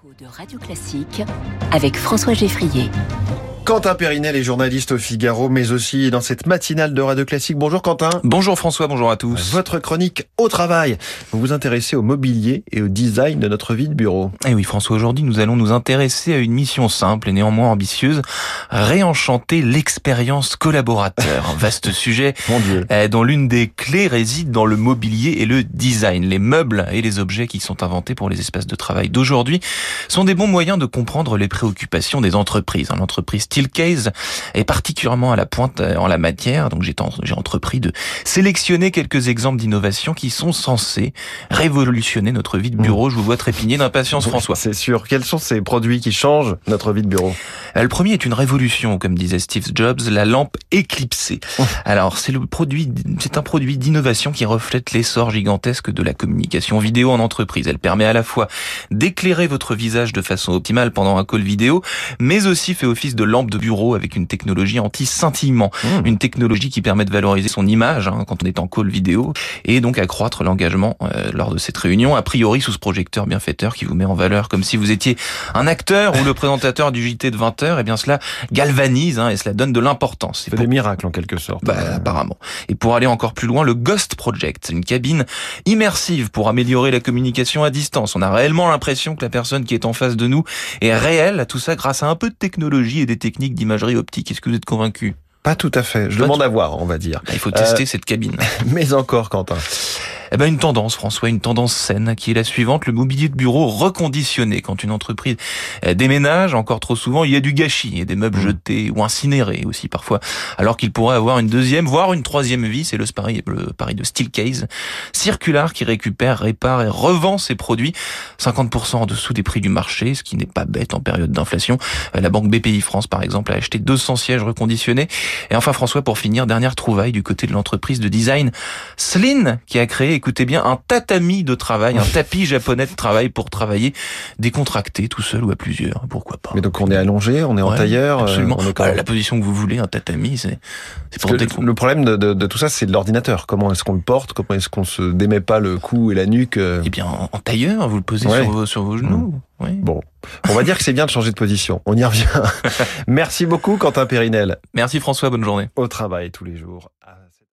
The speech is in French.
De Radio Classique avec François Geffrier. Quentin Périnel est journaliste au Figaro, mais aussi dans cette matinale de Radio Classique. Bonjour Quentin. Bonjour François, bonjour à tous. Votre chronique au travail. Vous vous intéressez au mobilier et au design de notre vie de bureau. Et oui François, aujourd'hui nous allons nous intéresser à une mission simple et néanmoins ambitieuse. Réenchanter l'expérience collaborateur. Vaste sujet Mon Dieu. Dont l'une des clés réside dans le mobilier et le design. Les meubles et les objets qui sont inventés pour les espaces de travail d'aujourd'hui sont des bons moyens de comprendre les préoccupations des entreprises. L'entreprise Steelcase est particulièrement à la pointe en la matière, donc j'ai entrepris de sélectionner quelques exemples d'innovations qui sont censés révolutionner notre vie de bureau. Je vous vois trépigner d'impatience François. C'est sûr. Quels sont ces produits qui changent notre vie de bureau ? Le premier est une révolution, comme disait Steve Jobs, la lampe éclipsée. Alors c'est un produit d'innovation qui reflète l'essor gigantesque de la communication vidéo en entreprise. Elle permet à la fois d'éclairer votre visage de façon optimale pendant un call vidéo, mais aussi fait office de lampe de bureau avec une technologie anti-scintillement. Une technologie qui permet de valoriser son image quand on est en call vidéo et donc accroître l'engagement lors de cette réunion, a priori sous ce projecteur bienfaiteur qui vous met en valeur comme si vous étiez un acteur ou le présentateur du JT de 20h. Et bien cela galvanise et cela donne de l'importance. C'est des miracles en quelque sorte. Apparemment. Et pour aller encore plus loin, le Ghost Project, une cabine immersive pour améliorer la communication à distance. On a réellement l'impression que la personne qui est en face de nous est réelle. Tout ça grâce à un peu de technologie et des techniques d'imagerie optique. Est-ce que vous êtes convaincu ? Pas tout à fait. Je demande à voir, on va dire. Il faut tester cette cabine. Mais encore, Quentin. Une tendance, François, une tendance saine qui est la suivante, le mobilier de bureau reconditionné. Quand une entreprise déménage, encore trop souvent, il y a du gâchis et des meubles jetés ou incinérés aussi parfois, alors qu'il pourrait avoir une deuxième, voire une troisième vie. C'est le pari de Steelcase, Circular, qui récupère, répare et revend ses produits 50% en dessous des prix du marché, ce qui n'est pas bête en période d'inflation. La banque BPI France, par exemple, a acheté 200 sièges reconditionnés. Et enfin, François, pour finir, dernière trouvaille du côté de l'entreprise de design Slin, qui a créé, écoutez bien, un tatami de travail, un tapis japonais de travail pour travailler décontracté, tout seul ou à plusieurs. Pourquoi pas ? Mais donc on est allongé, on est en tailleur. Absolument. La position que vous voulez, un tatami, c'est pour le problème de tout ça, c'est de l'ordinateur. Comment est-ce qu'on le porte ? Comment est-ce qu'on se démet pas le cou et la nuque ? Eh bien, en tailleur, vous le posez sur vos genoux. Oui. Bon, on va dire que c'est bien de changer de position. On y revient. Merci beaucoup, Quentin Périnel. Merci François, bonne journée. Au travail tous les jours.